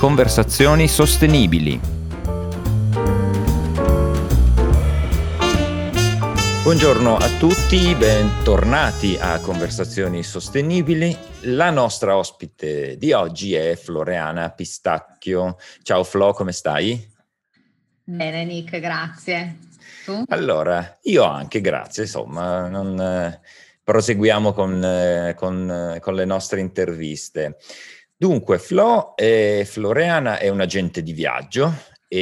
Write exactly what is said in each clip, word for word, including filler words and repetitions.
Conversazioni sostenibili. Buongiorno a tutti, bentornati a Conversazioni sostenibili. La nostra ospite di oggi è Floreana Pistacchio. Ciao Flo, come stai? Bene Nick, grazie. Tu? Allora, io anche, grazie, insomma, non, eh, proseguiamo con, eh, con, eh, con le nostre interviste. Dunque, Flo, eh, Floreana è un'agente di viaggio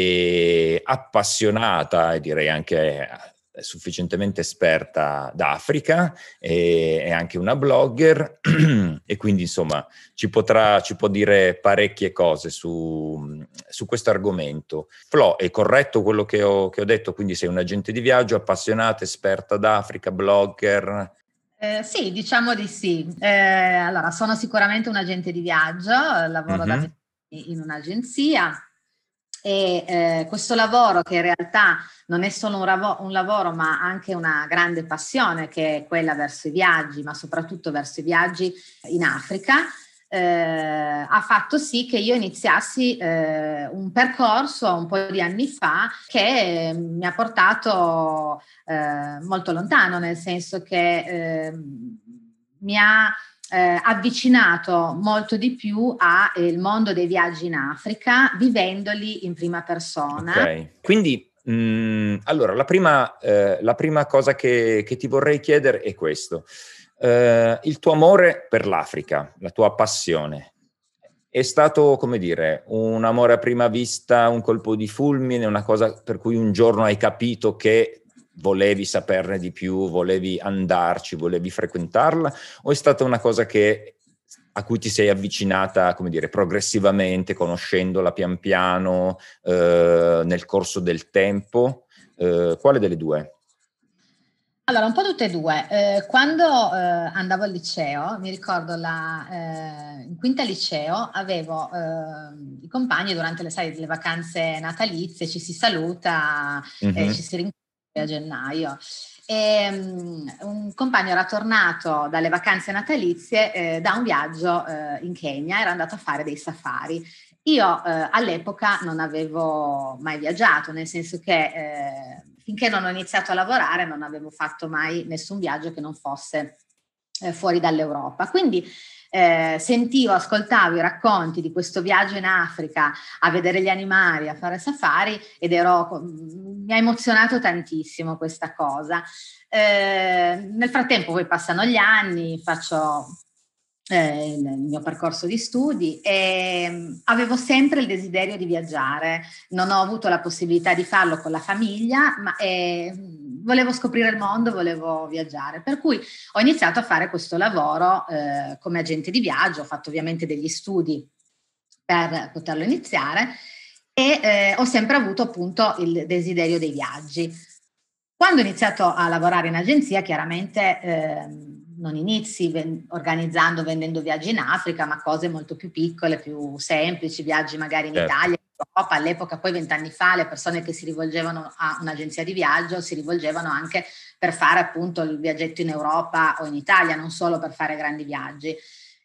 e appassionata, e direi anche sufficientemente esperta d'Africa, e è anche una blogger e quindi insomma ci potrà, ci può dire parecchie cose su, su questo argomento. Flo, è corretto quello che ho, che ho detto? Quindi sei un agente di viaggio, appassionata, esperta d'Africa, blogger? Eh, sì, diciamo di sì. Eh, allora, sono sicuramente un agente di viaggio, lavoro da Mm-hmm. venti in un'agenzia e eh, questo lavoro, che in realtà non è solo un, ravo- un lavoro ma anche una grande passione, che è quella verso i viaggi, ma soprattutto verso i viaggi in Africa, eh, ha fatto sì che io iniziassi eh, un percorso un po' di anni fa che mi ha portato eh, molto lontano, nel senso che eh, mi ha eh, avvicinato molto di più al mondo dei viaggi in Africa, vivendoli in prima persona. Ok, quindi mh, allora la prima, eh, la prima cosa che, che ti vorrei chiedere è questo. Eh, il tuo amore per l'Africa, la tua passione, è stato, come dire, un amore a prima vista, un colpo di fulmine, una cosa per cui un giorno hai capito che volevi saperne di più, volevi andarci, volevi frequentarla, o è stata una cosa che, a cui ti sei avvicinata, come dire, progressivamente, conoscendola pian piano, eh, nel corso del tempo? Eh, quale delle due? Allora, un po' tutte e due. Eh, quando eh, andavo al liceo, mi ricordo la, eh, in quinta liceo, avevo eh, i compagni durante le, sai, le vacanze natalizie, ci si saluta, Mm-hmm. eh, ci si rincontra a gennaio. E, um, un compagno era tornato dalle vacanze natalizie eh, da un viaggio eh, in Kenya, era andato a fare dei safari. Io eh, all'epoca non avevo mai viaggiato, nel senso che eh, finché non ho iniziato a lavorare non avevo fatto mai nessun viaggio che non fosse eh, fuori dall'Europa. Quindi eh, sentivo, ascoltavo i racconti di questo viaggio in Africa, a vedere gli animali, a fare safari, ed ero, mi ha emozionato tantissimo questa cosa. Eh, nel frattempo poi passano gli anni, faccio Eh, il mio percorso di studi e mh, avevo sempre il desiderio di viaggiare. Non ho avuto la possibilità di farlo con la famiglia, ma eh, volevo scoprire il mondo, volevo viaggiare, per cui ho iniziato a fare questo lavoro eh, come agente di viaggio. Ho fatto ovviamente degli studi per poterlo iniziare e eh, ho sempre avuto appunto il desiderio dei viaggi. Quando ho iniziato a lavorare in agenzia, chiaramente eh, non inizi ven- organizzando, vendendo viaggi in Africa, ma cose molto più piccole, più semplici, viaggi magari in Certo. Italia, in Europa. All'epoca, poi vent'anni fa, le persone che si rivolgevano a un'agenzia di viaggio si rivolgevano anche per fare appunto il viaggetto in Europa o in Italia, non solo per fare grandi viaggi.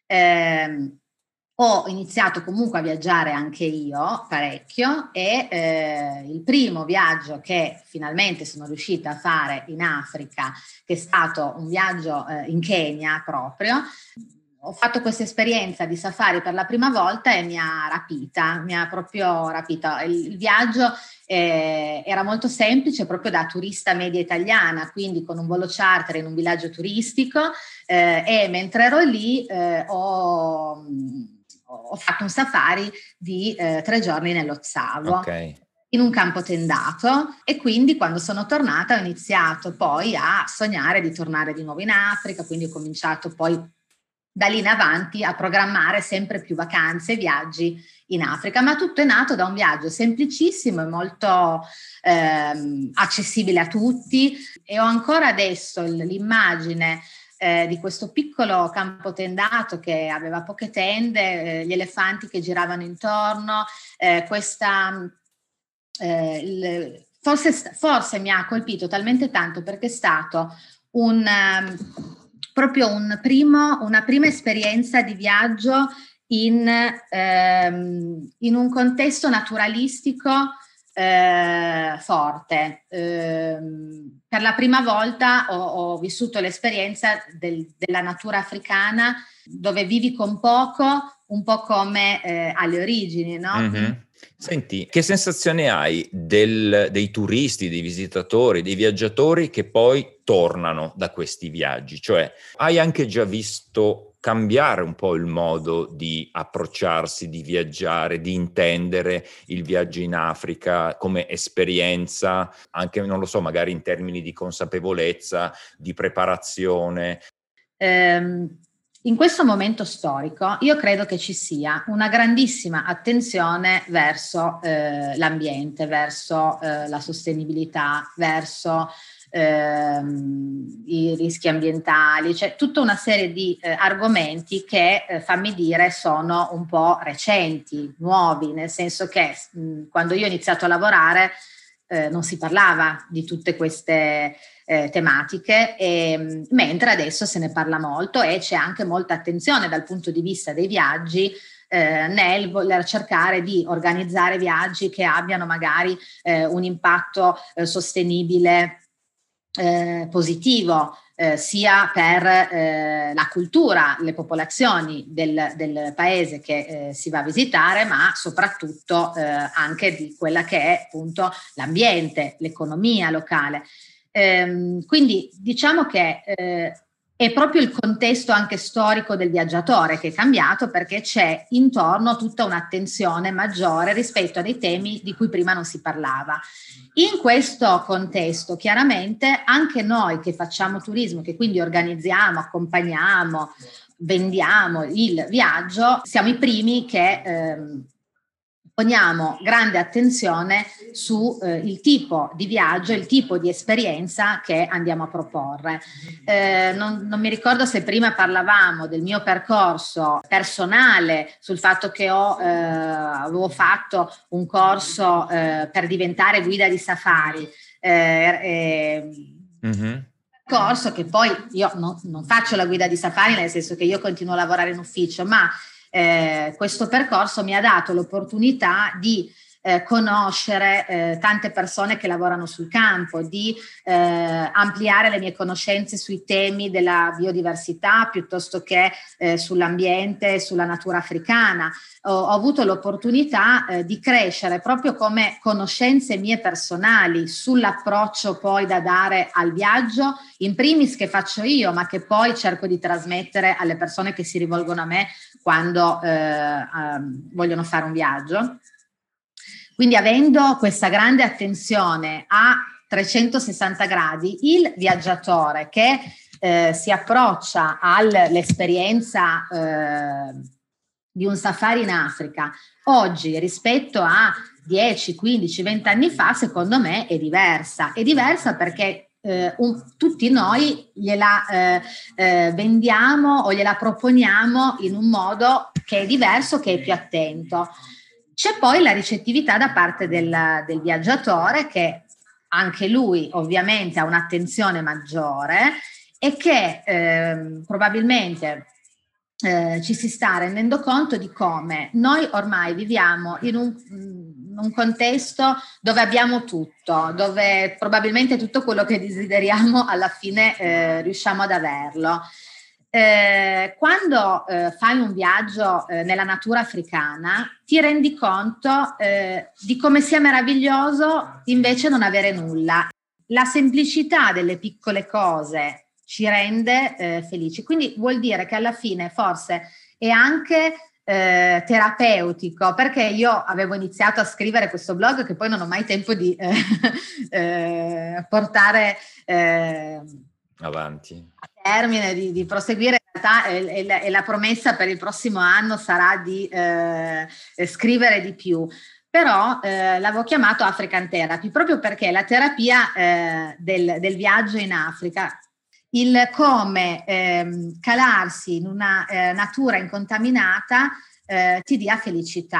Eh, Ho iniziato comunque a viaggiare anche io parecchio e eh, il primo viaggio che finalmente sono riuscita a fare in Africa, che è stato un viaggio eh, in Kenya proprio, ho fatto questa esperienza di safari per la prima volta e mi ha rapita, mi ha proprio rapita. Il, il viaggio eh, era molto semplice, proprio da turista media italiana, quindi con un volo charter in un villaggio turistico eh, e mentre ero lì eh, ho... ho fatto un safari di eh, tre giorni nello Tsavo. Ok. In un campo tendato, e quindi quando sono tornata ho iniziato poi a sognare di tornare di nuovo in Africa, quindi ho cominciato poi da lì in avanti a programmare sempre più vacanze e viaggi in Africa, ma tutto è nato da un viaggio semplicissimo e molto ehm, accessibile a tutti, e ho ancora adesso l'immagine Eh, di questo piccolo campo tendato che aveva poche tende, eh, gli elefanti che giravano intorno, eh, questa eh, il, forse, forse mi ha colpito talmente tanto perché è stato un um, proprio un primo, una prima esperienza di viaggio in, ehm, in un contesto naturalistico eh, forte. Eh, per la prima volta ho, ho vissuto l'esperienza del, della natura africana, dove vivi con poco, un po' come eh, alle origini, no? Mm-hmm. Quindi, senti, che sensazione hai del, dei turisti, dei visitatori, dei viaggiatori che poi tornano da questi viaggi? Cioè, hai anche già visto cambiare un po' il modo di approcciarsi, di viaggiare, di intendere il viaggio in Africa come esperienza, anche, non lo so, magari in termini di consapevolezza, di preparazione? ehm, in questo momento storico io credo che ci sia una grandissima attenzione verso eh, l'ambiente, verso eh, la sostenibilità, verso ehm, i rischi ambientali, cioè tutta una serie di eh, argomenti che, eh, fammi dire, sono un po' recenti, nuovi, nel senso che mh, quando io ho iniziato a lavorare eh, non si parlava di tutte queste Eh, tematiche, e, mentre adesso se ne parla molto e c'è anche molta attenzione dal punto di vista dei viaggi eh, nel voler cercare di organizzare viaggi che abbiano magari eh, un impatto eh, sostenibile eh, positivo, eh, sia per eh, la cultura, le popolazioni del, del paese che eh, si va a visitare, ma soprattutto eh, anche di quella che è appunto l'ambiente, l'economia locale. Ehm, quindi diciamo che eh, è proprio il contesto anche storico del viaggiatore che è cambiato, perché c'è intorno tutta un'attenzione maggiore rispetto a dei temi di cui prima non si parlava. In questo contesto, chiaramente, anche noi che facciamo turismo, che quindi organizziamo, accompagniamo, vendiamo il viaggio, siamo i primi che ehm, poniamo grande attenzione su eh, il tipo di viaggio, il tipo di esperienza che andiamo a proporre. Eh, non, non mi ricordo se prima parlavamo del mio percorso personale, sul fatto che ho, eh, avevo fatto un corso eh, per diventare guida di safari. Eh, eh, mm-hmm. Corso che poi io no, non faccio la guida di safari, nel senso che io continuo a lavorare in ufficio, ma Eh, questo percorso mi ha dato l'opportunità di eh, conoscere eh, tante persone che lavorano sul campo, di eh, ampliare le mie conoscenze sui temi della biodiversità piuttosto che eh, sull'ambiente e sulla natura africana. Ho, ho avuto l'opportunità eh, di crescere proprio come conoscenze mie personali sull'approccio poi da dare al viaggio, in primis che faccio io, ma che poi cerco di trasmettere alle persone che si rivolgono a me quando eh, eh, vogliono fare un viaggio. Quindi, avendo questa grande attenzione a trecentosessanta gradi, il viaggiatore che eh, si approccia all'esperienza eh, di un safari in Africa oggi rispetto a dieci, quindici, venti anni fa, secondo me è diversa. È diversa perché Eh, un, tutti noi gliela eh, eh, vendiamo o gliela proponiamo in un modo che è diverso, che è più attento. C'è poi la ricettività da parte del, del viaggiatore, che anche lui ovviamente ha un'attenzione maggiore e che eh, probabilmente eh, ci si sta rendendo conto di come noi ormai viviamo in un un contesto dove abbiamo tutto, dove probabilmente tutto quello che desideriamo alla fine eh, riusciamo ad averlo. Eh, quando eh, fai un viaggio eh, nella natura africana ti rendi conto eh, di come sia meraviglioso invece non avere nulla. La semplicità delle piccole cose ci rende eh, felici, quindi vuol dire che alla fine forse è anche Eh, terapeutico, perché io avevo iniziato a scrivere questo blog che poi non ho mai tempo di eh, eh, portare eh, avanti a termine, di, di proseguire. In realtà e, e, la, e la promessa per il prossimo anno sarà di eh, scrivere di più. Però eh, l'avevo chiamato African Therapy proprio perché la terapia eh, del, del viaggio in Africa, il come ehm, calarsi in una eh, natura incontaminata eh, ti dia felicità.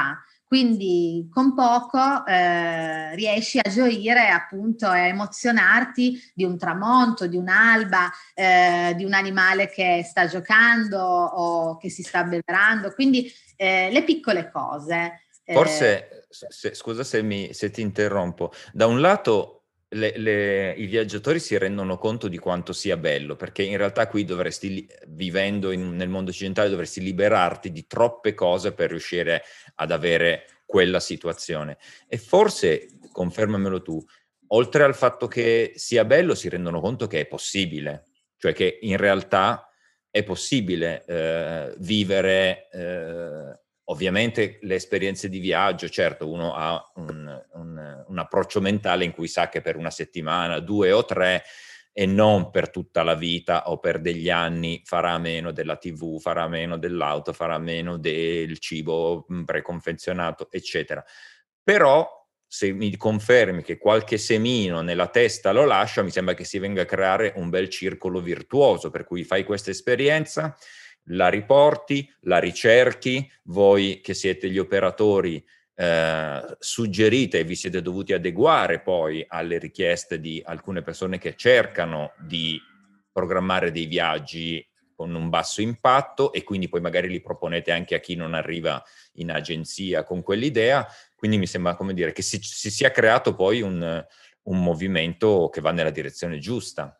quindi con poco eh, riesci a gioire appunto e a emozionarti di un tramonto, di un'alba, eh, di un animale che sta giocando o che si sta abbeverando, quindi eh, le piccole cose. Forse, se, scusa se, mi, se ti interrompo, da un lato le, le, i viaggiatori si rendono conto di quanto sia bello, perché in realtà qui dovresti, vivendo in, nel mondo occidentale, dovresti liberarti di troppe cose per riuscire ad avere quella situazione. E forse, confermamelo tu, oltre al fatto che sia bello, si rendono conto che è possibile, cioè che in realtà è possibile eh, vivere... Eh, Ovviamente le esperienze di viaggio, certo, uno ha un, un, un approccio mentale in cui sa che per una settimana, due o tre, e non per tutta la vita o per degli anni farà meno della tivù, farà meno dell'auto, farà meno del cibo preconfezionato, eccetera. Però se mi confermi che qualche semino nella testa lo lascia, mi sembra che si venga a creare un bel circolo virtuoso, per cui fai questa esperienza, la riporti, la ricerchi, voi che siete gli operatori eh, suggerite e vi siete dovuti adeguare poi alle richieste di alcune persone che cercano di programmare dei viaggi con un basso impatto e quindi poi magari li proponete anche a chi non arriva in agenzia con quell'idea, quindi mi sembra, come dire, che si, si sia creato poi un, un movimento che va nella direzione giusta.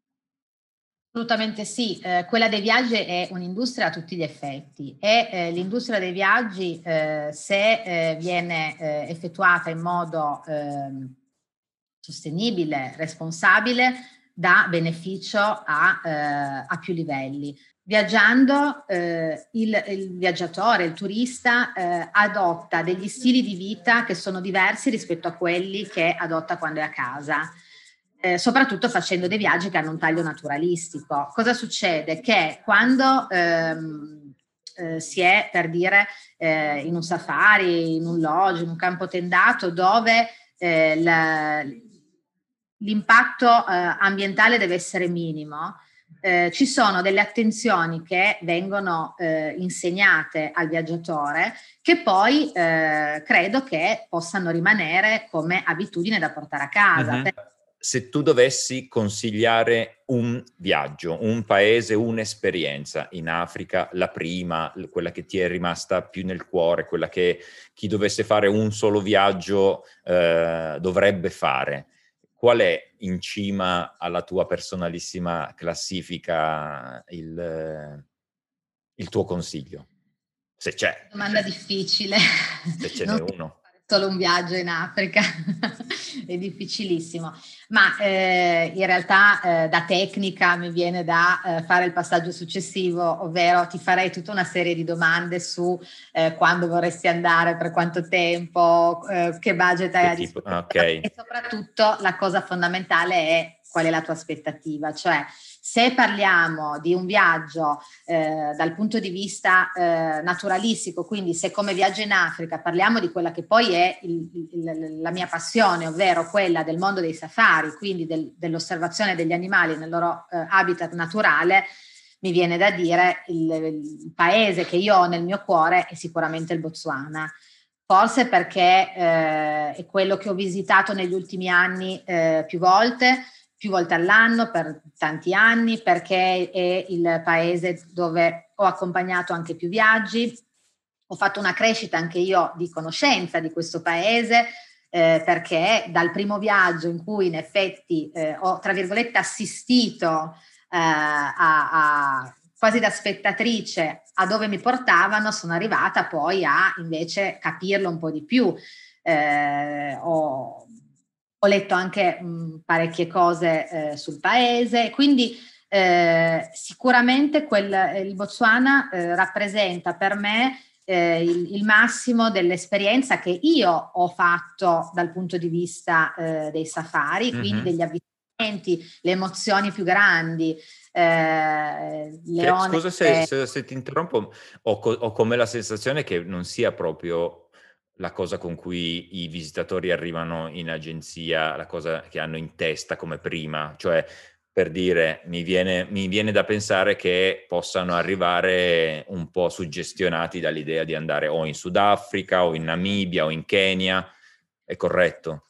Assolutamente sì, eh, quella dei viaggi è un'industria a tutti gli effetti e eh, l'industria dei viaggi eh, se eh, viene eh, effettuata in modo eh, sostenibile, responsabile, dà beneficio a, eh, a più livelli. Viaggiando eh, il, il viaggiatore, il turista eh, adotta degli stili di vita che sono diversi rispetto a quelli che adotta quando è a casa. Eh, soprattutto facendo dei viaggi che hanno un taglio naturalistico. Cosa succede? Che quando ehm, eh, si è, per dire, eh, in un safari, in un lodge, in un campo tendato, dove eh, la, l'impatto eh, ambientale deve essere minimo, eh, ci sono delle attenzioni che vengono eh, insegnate al viaggiatore che poi eh, credo che possano rimanere come abitudine da portare a casa. Mm-hmm. Per Se tu dovessi consigliare un viaggio, un paese, un'esperienza in Africa, la prima, quella che ti è rimasta più nel cuore, quella che chi dovesse fare un solo viaggio eh, dovrebbe fare, qual è in cima alla tua personalissima classifica il, il tuo consiglio? Se c'è. domanda difficile. Se ce Non n'è uno. solo un viaggio in Africa, è difficilissimo, ma eh, in realtà eh, da tecnica mi viene da eh, fare il passaggio successivo, ovvero ti farei tutta una serie di domande su eh, quando vorresti andare, per quanto tempo, eh, che budget hai a disposizione, okay. E soprattutto la cosa fondamentale è qual è la tua aspettativa, cioè se parliamo di un viaggio eh, dal punto di vista eh, naturalistico, quindi se come viaggio in Africa parliamo di quella che poi è il, il, la mia passione, ovvero quella del mondo dei safari, quindi del, dell'osservazione degli animali nel loro eh, habitat naturale, mi viene da dire il, il paese che io ho nel mio cuore è sicuramente il Botswana. Forse perché eh, è quello che ho visitato negli ultimi anni eh, più volte, più volte all'anno per tanti anni, perché è il paese dove ho accompagnato anche più viaggi, ho fatto una crescita anche io di conoscenza di questo paese, eh, perché dal primo viaggio in cui in effetti eh, ho, tra virgolette, assistito eh, a, a quasi da spettatrice a dove mi portavano, sono arrivata poi a invece capirlo un po' di più. Eh, ho, ho letto anche mh, parecchie cose eh, sul paese, quindi eh, sicuramente quel, il Botswana eh, rappresenta per me eh, il, il massimo dell'esperienza che io ho fatto dal punto di vista eh, dei safari, mm-hmm. quindi degli avvicinamenti, le emozioni più grandi. Eh, Leone, scusa se, se, se ti interrompo, ho, co- ho come la sensazione che non sia proprio la cosa con cui i visitatori arrivano in agenzia, la cosa che hanno in testa come prima, cioè per dire, mi viene, mi viene da pensare che possano arrivare un po' suggestionati dall'idea di andare o in Sudafrica o in Namibia o in Kenya, è corretto?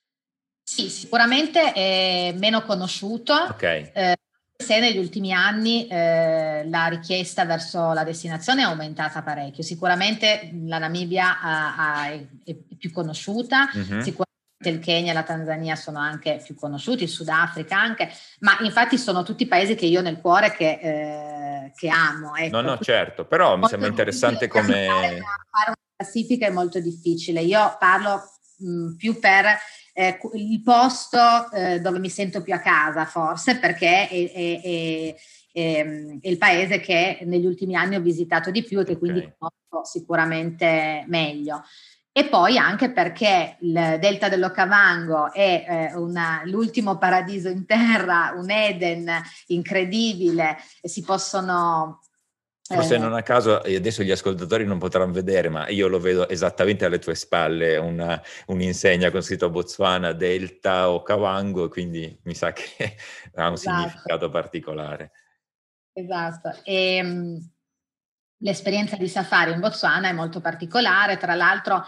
Sì, sicuramente è meno conosciuto, Ok. eh, se negli ultimi anni eh, la richiesta verso la destinazione è aumentata parecchio. Sicuramente la Namibia ha, ha, è, è più conosciuta, Mm-hmm. sicuramente il Kenya e la Tanzania sono anche più conosciuti, il Sudafrica anche, ma infatti sono tutti paesi che io ho nel cuore che, eh, che amo. Ecco. No, no, certo, però mi sembra Molto interessante difficile. Fare come... una, fare una classifica è molto difficile. Io parlo mh, più per eh, il posto eh, dove mi sento più a casa, forse, perché è, è, è, è, è il paese che negli ultimi anni ho visitato di più e che okay. quindi conosco sicuramente meglio. E poi anche perché il Delta dell'Okavango è eh, una, l'ultimo paradiso in terra, un Eden incredibile, e si possono... Forse non a caso, e adesso gli ascoltatori non potranno vedere, ma io lo vedo esattamente alle tue spalle, una, un'insegna con scritto Botswana, Delta o Okavango, quindi mi sa che ha un Esatto. significato particolare. Esatto. E, mh, l'esperienza di safari in Botswana è molto particolare, tra l'altro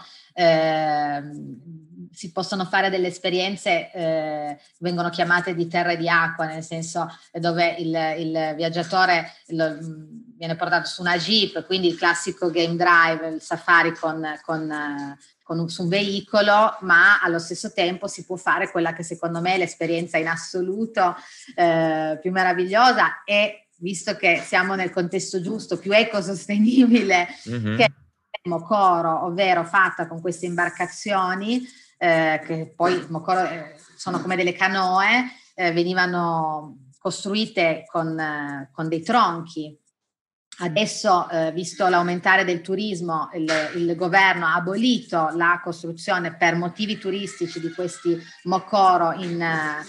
eh, si possono fare delle esperienze, eh, vengono chiamate di terra e di acqua, nel senso dove il, il viaggiatore lo, viene portato su una jeep, quindi il classico game drive, il safari con, con, con un, su un veicolo, ma allo stesso tempo si può fare quella che secondo me è l'esperienza in assoluto eh, più meravigliosa e, visto che siamo nel contesto giusto, più ecosostenibile, mm-hmm. che è Mokoro, ovvero fatta con queste imbarcazioni eh, che poi Mokoro eh, sono come delle canoe, eh, venivano costruite con, eh, con dei tronchi. Adesso, eh, visto l'aumentare del turismo, il, il governo ha abolito la costruzione per motivi turistici di questi Mokoro in,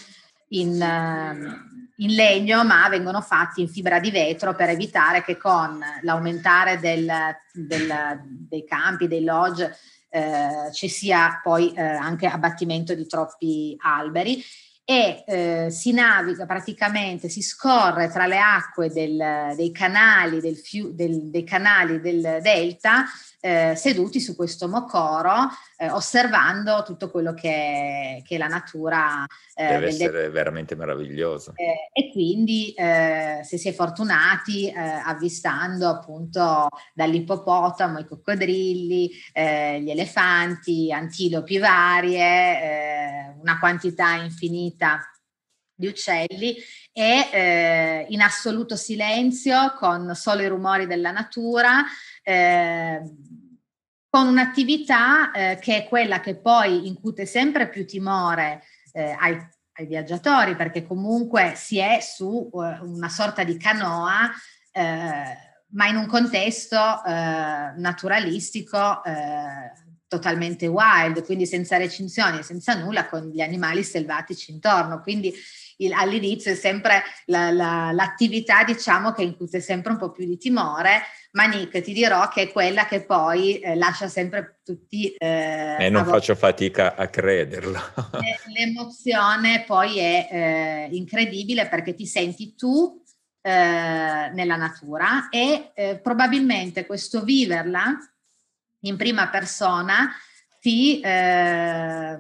in in legno, ma vengono fatti in fibra di vetro per evitare che con l'aumentare del, del, dei campi, dei lodge, eh, ci sia poi eh, anche abbattimento di troppi alberi. E eh, si naviga praticamente, si scorre tra le acque del, dei canali del, fiu, del, dei canali del delta eh, seduti su questo mokoro, eh, osservando tutto quello che, che la natura eh, deve del essere delta. veramente meraviglioso. Eh, e quindi eh, se si è fortunati eh, avvistando appunto dall'ippopotamo i coccodrilli, eh, gli elefanti, antilopi varie, eh, una quantità infinita di uccelli e eh, in assoluto silenzio, con solo i rumori della natura, eh, con un'attività eh, che è quella che poi incute sempre più timore eh, ai ai viaggiatori, perché comunque si è su uh, una sorta di canoa, eh, ma in un contesto eh, naturalistico eh, totalmente wild, quindi senza recinzioni, senza nulla, con gli animali selvatici intorno. Quindi il, all'inizio è sempre la, la, l'attività, diciamo, che incute sempre un po' più di timore, ma Nick, ti dirò che è quella che poi eh, lascia sempre tutti... Eh, e non faccio fatica a crederlo. L'emozione poi è eh, incredibile, perché ti senti tu eh, nella natura e eh, probabilmente questo viverla in prima persona ti, eh,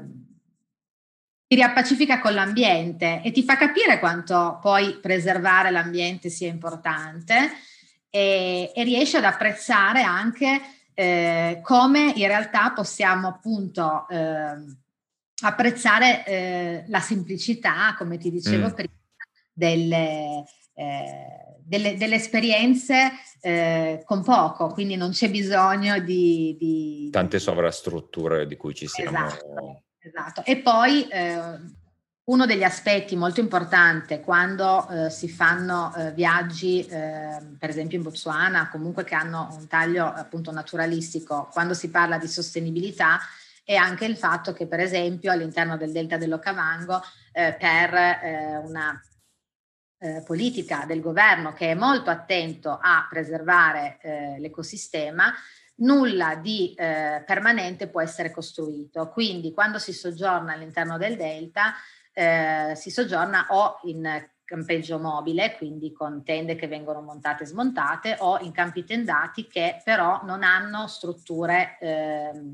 ti riappacifica con l'ambiente e ti fa capire quanto poi preservare l'ambiente sia importante e, e riesci ad apprezzare anche eh, come in realtà possiamo appunto eh, apprezzare eh, la semplicità, come ti dicevo mm. prima, delle, eh, delle, delle esperienze eh, con poco, quindi non c'è bisogno di... di tante di... sovrastrutture di cui ci siamo... Esatto, esatto. E poi eh, uno degli aspetti molto importanti quando eh, si fanno eh, viaggi, eh, per esempio in Botswana, comunque che hanno un taglio appunto naturalistico, quando si parla di sostenibilità, è anche il fatto che, per esempio, all'interno del Delta dell'Okavango, eh, per eh, una eh, politica del governo che è molto attento a preservare eh, l'ecosistema, nulla di eh, permanente può essere costruito. Quindi, quando si soggiorna all'interno del Delta, eh, si soggiorna o in campeggio mobile, quindi con tende che vengono montate e smontate, o in campi tendati che però non hanno strutture eh,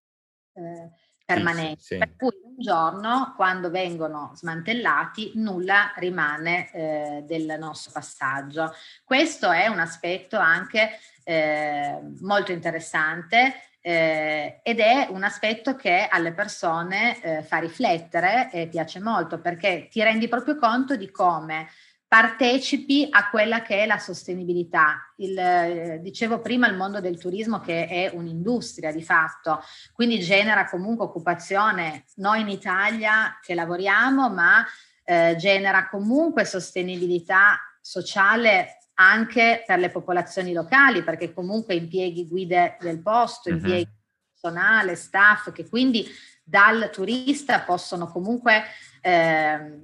eh, permanenti. Sì, sì. Per cui un giorno, quando vengono smantellati, nulla rimane eh, del nostro passaggio. Questo è un aspetto anche eh, molto interessante. Eh, ed è un aspetto che alle persone eh, fa riflettere e piace molto, perché ti rendi proprio conto di come partecipi a quella che è la sostenibilità. Il, eh, dicevo prima il mondo del turismo, che è un'industria di fatto, quindi genera comunque occupazione, noi in Italia che lavoriamo, ma eh, genera comunque sostenibilità sociale anche per le popolazioni locali, perché comunque impieghi guide del posto, Mm-hmm. impieghi personale, staff, che quindi dal turista possono comunque eh,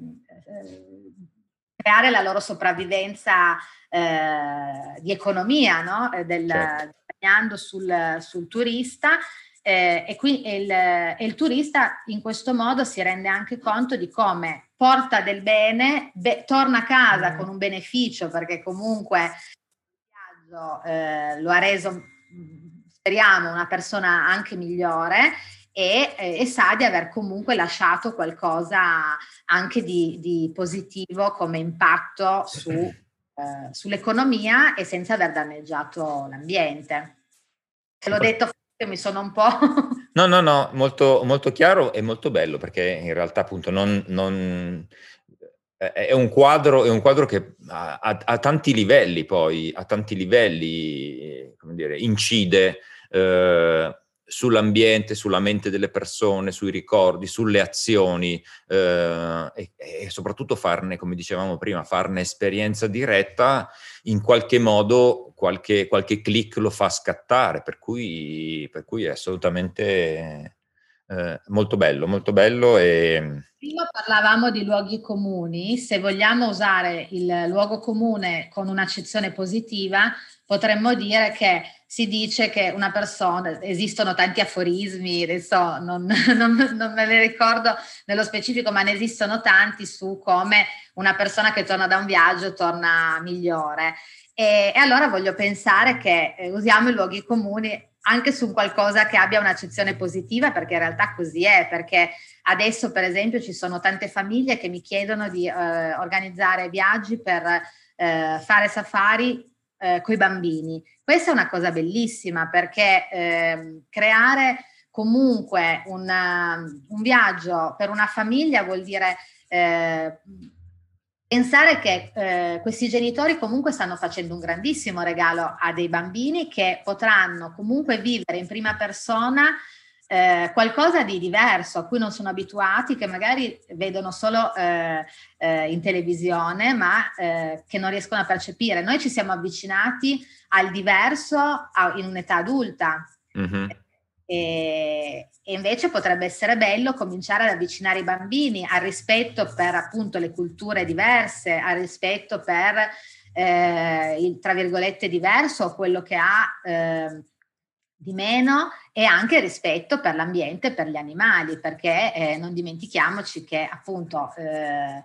creare la loro sopravvivenza eh, di economia, no? Del, certo. guadagnando sul, sul turista. Eh, e, qui, il, e il turista in questo modo si rende anche conto di come porta del bene, be, torna a casa mm. con un beneficio, perché comunque il viaggio eh, lo ha reso, speriamo, una persona anche migliore, e, e sa di aver comunque lasciato qualcosa anche di, di positivo come impatto su, eh, sull'economia, e senza aver danneggiato l'ambiente. Te l'ho detto, mi sono un po'... No, no, no, molto, molto chiaro e molto bello, perché in realtà appunto non, non è un quadro, è un quadro che ha, ha, ha tanti livelli, poi a tanti livelli, come dire, incide eh, sull'ambiente, sulla mente delle persone, sui ricordi, sulle azioni eh, e, e soprattutto farne, come dicevamo prima, farne esperienza diretta, in qualche modo qualche, qualche click lo fa scattare, per cui, per cui è assolutamente eh, molto bello, molto bello. E prima parlavamo di luoghi comuni. Se vogliamo usare il luogo comune con un'accezione positiva, potremmo dire che si dice che una persona, esistono tanti aforismi, adesso non, non, non me ne ricordo nello specifico, ma ne esistono tanti su come una persona che torna da un viaggio torna migliore. E, e allora voglio pensare che eh, usiamo i luoghi comuni anche su qualcosa che abbia un'accezione positiva, perché in realtà così è, perché adesso per esempio ci sono tante famiglie che mi chiedono di eh, organizzare viaggi per eh, fare safari eh, coi bambini. Questa è una cosa bellissima, perché eh, creare comunque una, un viaggio per una famiglia vuol dire eh, pensare che eh, questi genitori comunque stanno facendo un grandissimo regalo a dei bambini, che potranno comunque vivere in prima persona eh, qualcosa di diverso a cui non sono abituati, che magari vedono solo eh, eh, in televisione, ma eh, che non riescono a percepire. Noi ci siamo avvicinati al diverso a, in un'età adulta. Mm-hmm. E, e invece potrebbe essere bello cominciare ad avvicinare i bambini al rispetto per appunto le culture diverse, al rispetto per eh, il tra virgolette diverso, quello che ha eh, di meno, e anche rispetto per l'ambiente, per gli animali, perché eh, non dimentichiamoci che appunto eh,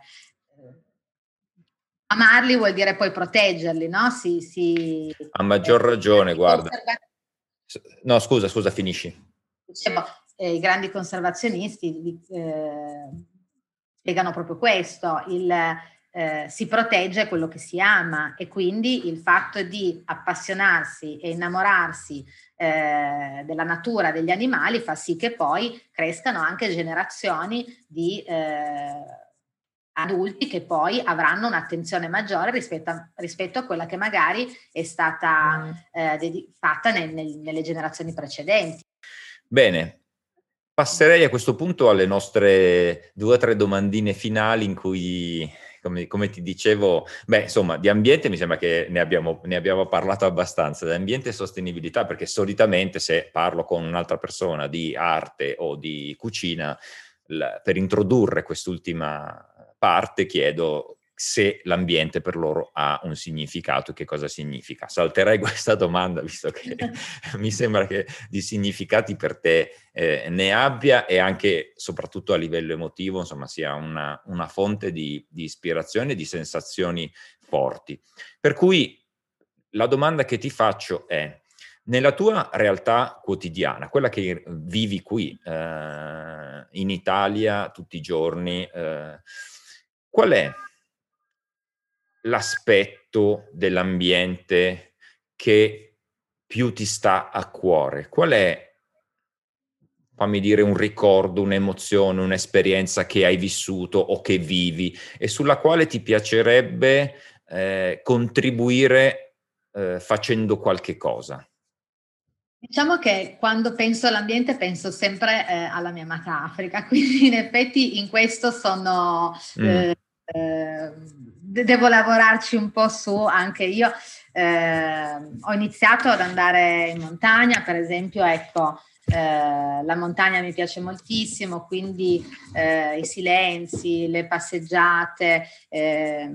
amarli vuol dire poi proteggerli, no? Si, si, a maggior eh, ragione, guarda. No, scusa, scusa, finisci. Dicevo, eh, i grandi conservazionisti eh, spiegano proprio questo, il, eh, si protegge quello che si ama, e quindi il fatto di appassionarsi e innamorarsi eh, della natura, degli animali, fa sì che poi crescano anche generazioni di eh, adulti che poi avranno un'attenzione maggiore rispetto a, rispetto a quella che magari è stata eh, ded- fatta nel, nel, nelle generazioni precedenti. Bene, passerei a questo punto alle nostre due o tre domandine finali, in cui, come, come ti dicevo, beh, insomma, di ambiente mi sembra che ne abbiamo, ne abbiamo parlato abbastanza, di ambiente e sostenibilità, perché solitamente se parlo con un'altra persona di arte o di cucina, la, per introdurre quest'ultima parte chiedo se l'ambiente per loro ha un significato, che cosa significa. Salterei questa domanda, visto che mi sembra che di significati per te eh, ne abbia, e anche, soprattutto a livello emotivo, insomma, sia una, una fonte di, di ispirazione e di sensazioni forti. Per cui la domanda che ti faccio è: nella tua realtà quotidiana, quella che vivi qui eh, in Italia tutti i giorni, eh, qual è l'aspetto dell'ambiente che più ti sta a cuore? Qual è, fammi dire, un ricordo, un'emozione, un'esperienza che hai vissuto o che vivi e sulla quale ti piacerebbe eh, contribuire eh, facendo qualche cosa? Diciamo che quando penso all'ambiente penso sempre eh, alla mia amata Africa, quindi in effetti in questo sono, eh, mm. eh, devo lavorarci un po' su anche io. Eh, ho iniziato ad andare in montagna, per esempio, ecco, eh, la montagna mi piace moltissimo, quindi eh, i silenzi, le passeggiate, eh,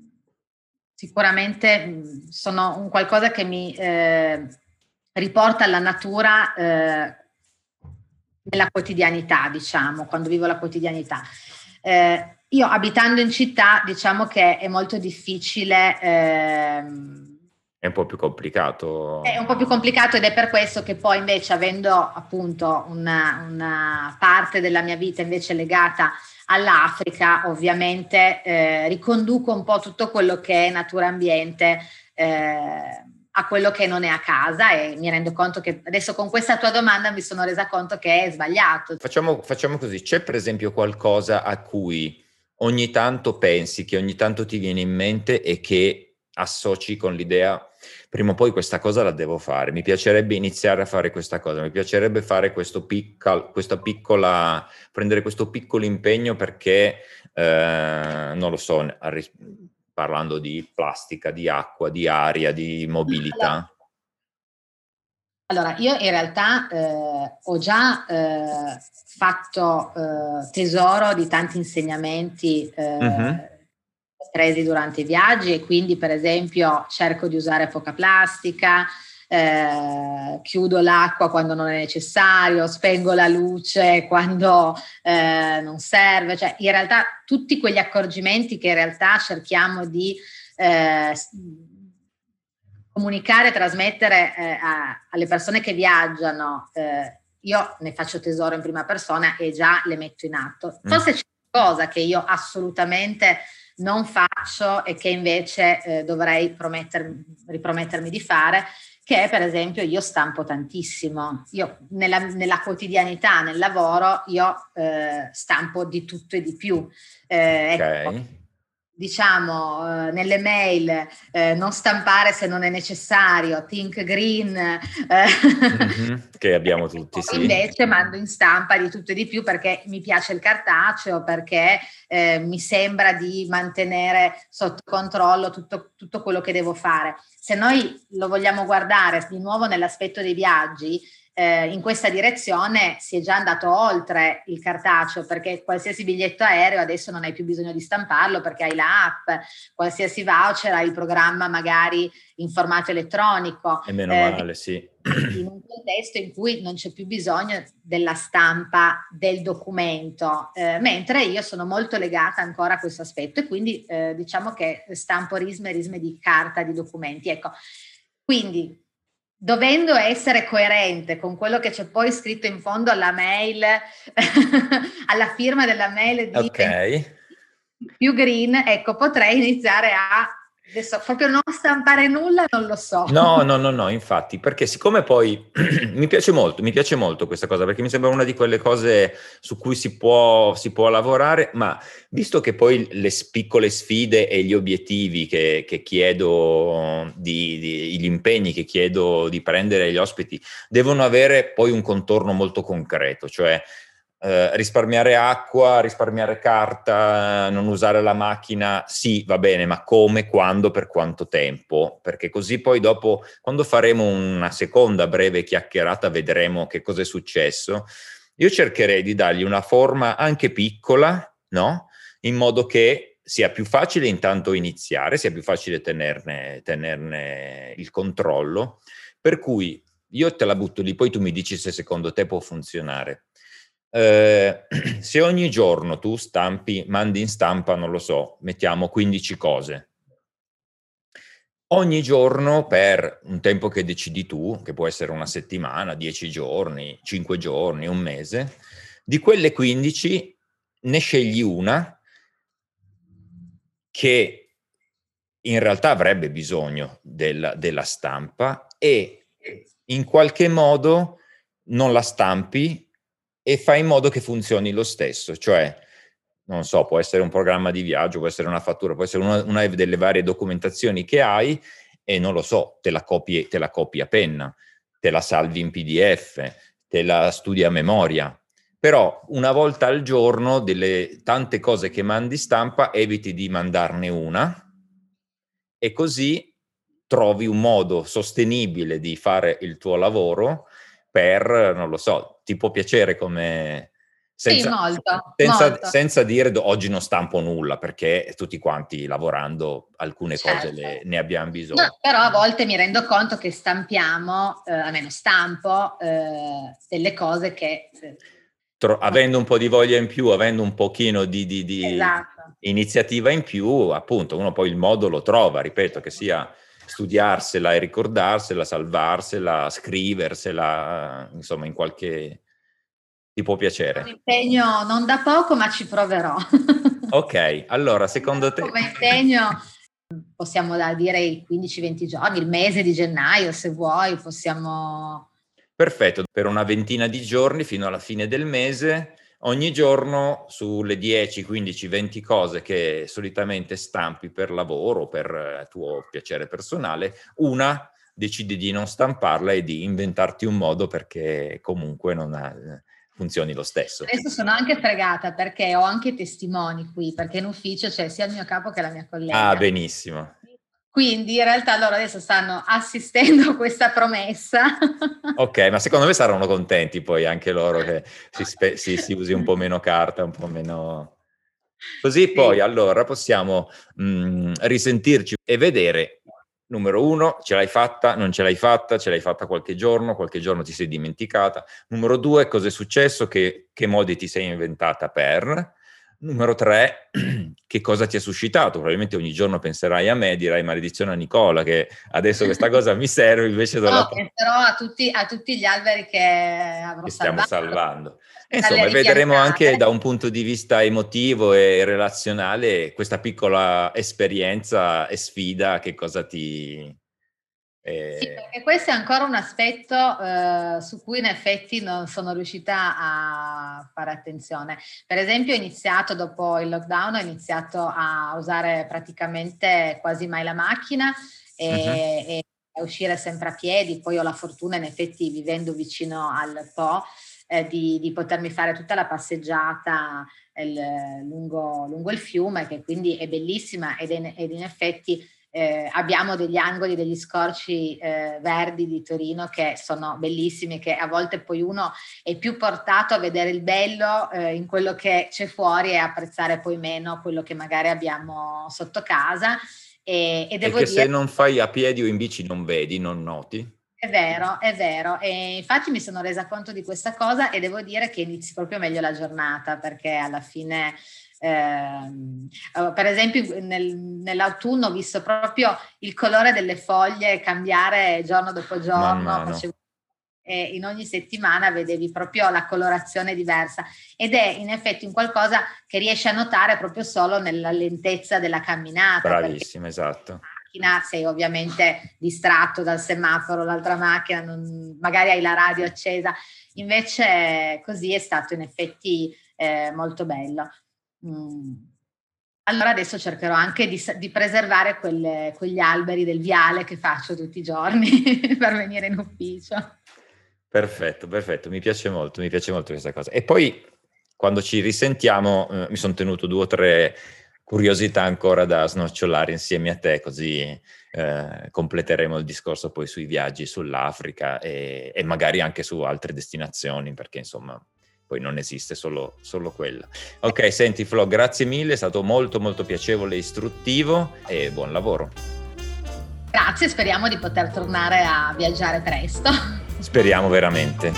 sicuramente sono un qualcosa che mi eh, riporta alla natura eh, nella quotidianità, diciamo, quando vivo la quotidianità. Eh, io abitando in città, diciamo che è molto difficile. Ehm, è un po' più complicato. È un po' più complicato, ed è per questo che poi invece, avendo appunto una, una parte della mia vita invece legata all'Africa, ovviamente eh, riconduco un po' tutto quello che è natura ambiente eh, a quello che non è a casa, e mi rendo conto che adesso con questa tua domanda mi sono resa conto che è sbagliato. Facciamo, facciamo così: c'è per esempio qualcosa a cui ogni tanto pensi, che ogni tanto ti viene in mente e che associ con l'idea: prima o poi questa cosa la devo fare, mi piacerebbe iniziare a fare questa cosa, mi piacerebbe fare questo piccal, questa piccola, prendere questo piccolo impegno perché, eh, non lo so, parlando di plastica, di acqua, di aria, di mobilità? Allora, io in realtà eh, ho già eh, fatto eh, tesoro di tanti insegnamenti eh, mm-hmm. presi durante i viaggi, e quindi per esempio cerco di usare poca plastica, eh, chiudo l'acqua quando non è necessario, spengo la luce quando eh, non serve, cioè in realtà tutti quegli accorgimenti che in realtà cerchiamo di eh, comunicare, trasmettere eh, a, alle persone che viaggiano, eh, io ne faccio tesoro in prima persona e già le metto in atto. Forse mm. c'è qualcosa che io assolutamente non faccio e che invece eh, dovrei ripromettermi di fare, che è per esempio io stampo tantissimo. Io nella, nella quotidianità, nel lavoro, io eh, stampo di tutto e di più. Eh, okay. Ecco, diciamo eh, nelle mail eh, non stampare se non è necessario, think green, eh. mm-hmm, che abbiamo tutti, sì. Invece mando in stampa di tutto e di più perché mi piace il cartaceo, perché eh, mi sembra di mantenere sotto controllo tutto, tutto quello che devo fare. Se noi lo vogliamo guardare di nuovo nell'aspetto dei viaggi, Eh, in questa direzione si è già andato oltre il cartaceo, perché qualsiasi biglietto aereo adesso non hai più bisogno di stamparlo perché hai l'app, qualsiasi voucher hai il programma magari in formato elettronico. E meno eh, male, sì. In un contesto in cui non c'è più bisogno della stampa del documento, eh, mentre io sono molto legata ancora a questo aspetto, e quindi eh, diciamo che stampo risme e risme di carta, di documenti. Ecco, quindi dovendo essere coerente con quello che c'è poi scritto in fondo alla mail, alla firma della mail di okay. più green, ecco, potrei iniziare a adesso proprio non stampare nulla, non lo so. No, no, no, no, infatti, perché siccome poi mi piace molto, mi piace molto questa cosa, perché mi sembra una di quelle cose su cui si può, si può lavorare, ma visto che poi le piccole sfide e gli obiettivi che, che chiedo, di, di, gli impegni che chiedo di prendere agli ospiti devono avere poi un contorno molto concreto, cioè Uh, risparmiare acqua, risparmiare carta, non usare la macchina, sì, va bene, ma come, quando, per quanto tempo? Perché così poi dopo, quando faremo una seconda breve chiacchierata, vedremo che cosa è successo. Io cercherei di dargli una forma anche piccola, no? In modo che sia più facile intanto iniziare, sia più facile tenerne, tenerne il controllo, per cui io te la butto lì, poi tu mi dici se secondo te può funzionare. Eh, se ogni giorno tu stampi, mandi in stampa, non lo so, mettiamo quindici cose, ogni giorno per un tempo che decidi tu, che può essere una settimana, dieci giorni, cinque giorni, un mese, di quelle quindici ne scegli una che in realtà avrebbe bisogno del, della stampa e in qualche modo non la stampi e fai in modo che funzioni lo stesso, cioè, non so, può essere un programma di viaggio, può essere una fattura, può essere una, una delle varie documentazioni che hai e non lo so, te la copi, te la copi a penna, te la salvi in P D F, te la studi a memoria. Però una volta al giorno delle tante cose che mandi stampa eviti di mandarne una e così trovi un modo sostenibile di fare il tuo lavoro per, non lo so, ti può piacere come... Sì, Senza, molto, senza, molto. senza dire oggi non stampo nulla, perché tutti quanti lavorando alcune cose Certo. le, ne abbiamo bisogno. No, però a volte mi rendo conto che stampiamo, eh, almeno stampo, eh, delle cose che... Eh, Tro- avendo un po' di voglia in più, avendo un pochino di, di, di esatto. iniziativa in più, appunto, uno poi il modo lo trova, ripeto, che sia studiarsela e ricordarsela, salvarsela, scriversela, insomma, in qualche... ti può piacere. Un impegno non da poco, ma ci proverò. Ok, allora, secondo te... Come impegno possiamo da dire i quindici venti giorni, il mese di gennaio, se vuoi, possiamo... Perfetto, per una ventina di giorni fino alla fine del mese, ogni giorno sulle dieci, quindici, venti cose che solitamente stampi per lavoro, per tuo piacere personale, una decidi di non stamparla e di inventarti un modo perché comunque non ha, funzioni lo stesso. Adesso sono anche fregata perché ho anche testimoni qui, perché in ufficio c'è sia il mio capo che la mia collega. Ah, benissimo. Quindi in realtà loro adesso stanno assistendo a questa promessa. Ok, ma secondo me saranno contenti poi anche loro che si, spe- si, si usi un po' meno carta, un po' meno... Così Sì. poi allora possiamo mh, risentirci e vedere, numero uno, ce l'hai fatta, non ce l'hai fatta, ce l'hai fatta qualche giorno, qualche giorno ti sei dimenticata. Numero due, cosa è successo, che, che modi ti sei inventata per. Numero tre, che cosa ti ha suscitato? Probabilmente ogni giorno penserai a me, dirai maledizione a Nicola, che adesso questa cosa mi serve, invece No, dalla... penserò a tutti, a tutti gli alberi che avrò che stiamo salvato. salvando. E Dalle insomma, vedremo anche ripiantate. da un punto di vista emotivo e relazionale questa piccola esperienza e sfida che cosa ti... Sì, Eh... perché questo è ancora un aspetto eh, su cui in effetti non sono riuscita a fare attenzione. Per esempio, ho iniziato dopo il lockdown, ho iniziato a usare praticamente quasi mai la macchina e, uh-huh. e a uscire sempre a piedi. Poi ho la fortuna, in effetti, vivendo vicino al Po, eh, di, di potermi fare tutta la passeggiata il, lungo, lungo il fiume, che quindi è bellissima ed, è, ed in effetti Eh, abbiamo degli angoli, degli scorci eh, verdi di Torino che sono bellissimi, che a volte poi uno è più portato a vedere il bello eh, in quello che c'è fuori e apprezzare poi meno quello che magari abbiamo sotto casa. E, e, devo e che dire, se non fai a piedi o in bici non vedi, non noti? È vero, è vero. E infatti mi sono resa conto di questa cosa e devo dire che inizi proprio meglio la giornata, perché alla fine... Eh, per esempio nel, nell'autunno ho visto proprio il colore delle foglie cambiare giorno dopo giorno, Man mano. facevo, e in ogni settimana vedevi proprio la colorazione diversa ed è in effetti un qualcosa che riesci a notare proprio solo nella lentezza della camminata. Bravissima, esatto. Macchina sei ovviamente distratto dal semaforo, l'altra macchina, non, magari hai la radio accesa, invece così è stato in effetti eh, molto bello. Mm. Allora adesso cercherò anche di, di preservare quelle, quegli alberi del viale che faccio tutti i giorni per venire in ufficio. Perfetto, perfetto, mi piace molto, mi piace molto questa cosa. E poi quando ci risentiamo eh, mi sono tenuto due o tre curiosità ancora da snocciolare insieme a te, così eh, completeremo il discorso poi sui viaggi sull'Africa e, e magari anche su altre destinazioni, perché insomma poi non esiste solo, solo quella. Ok, senti Flo, grazie mille, è stato molto molto piacevole e istruttivo e buon lavoro. Grazie, speriamo di poter tornare a viaggiare presto. Speriamo veramente.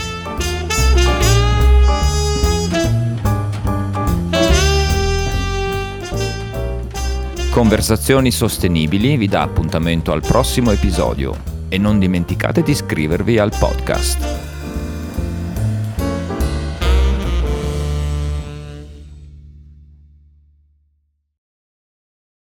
Conversazioni Sostenibili vi dà appuntamento al prossimo episodio e non dimenticate di iscrivervi al podcast.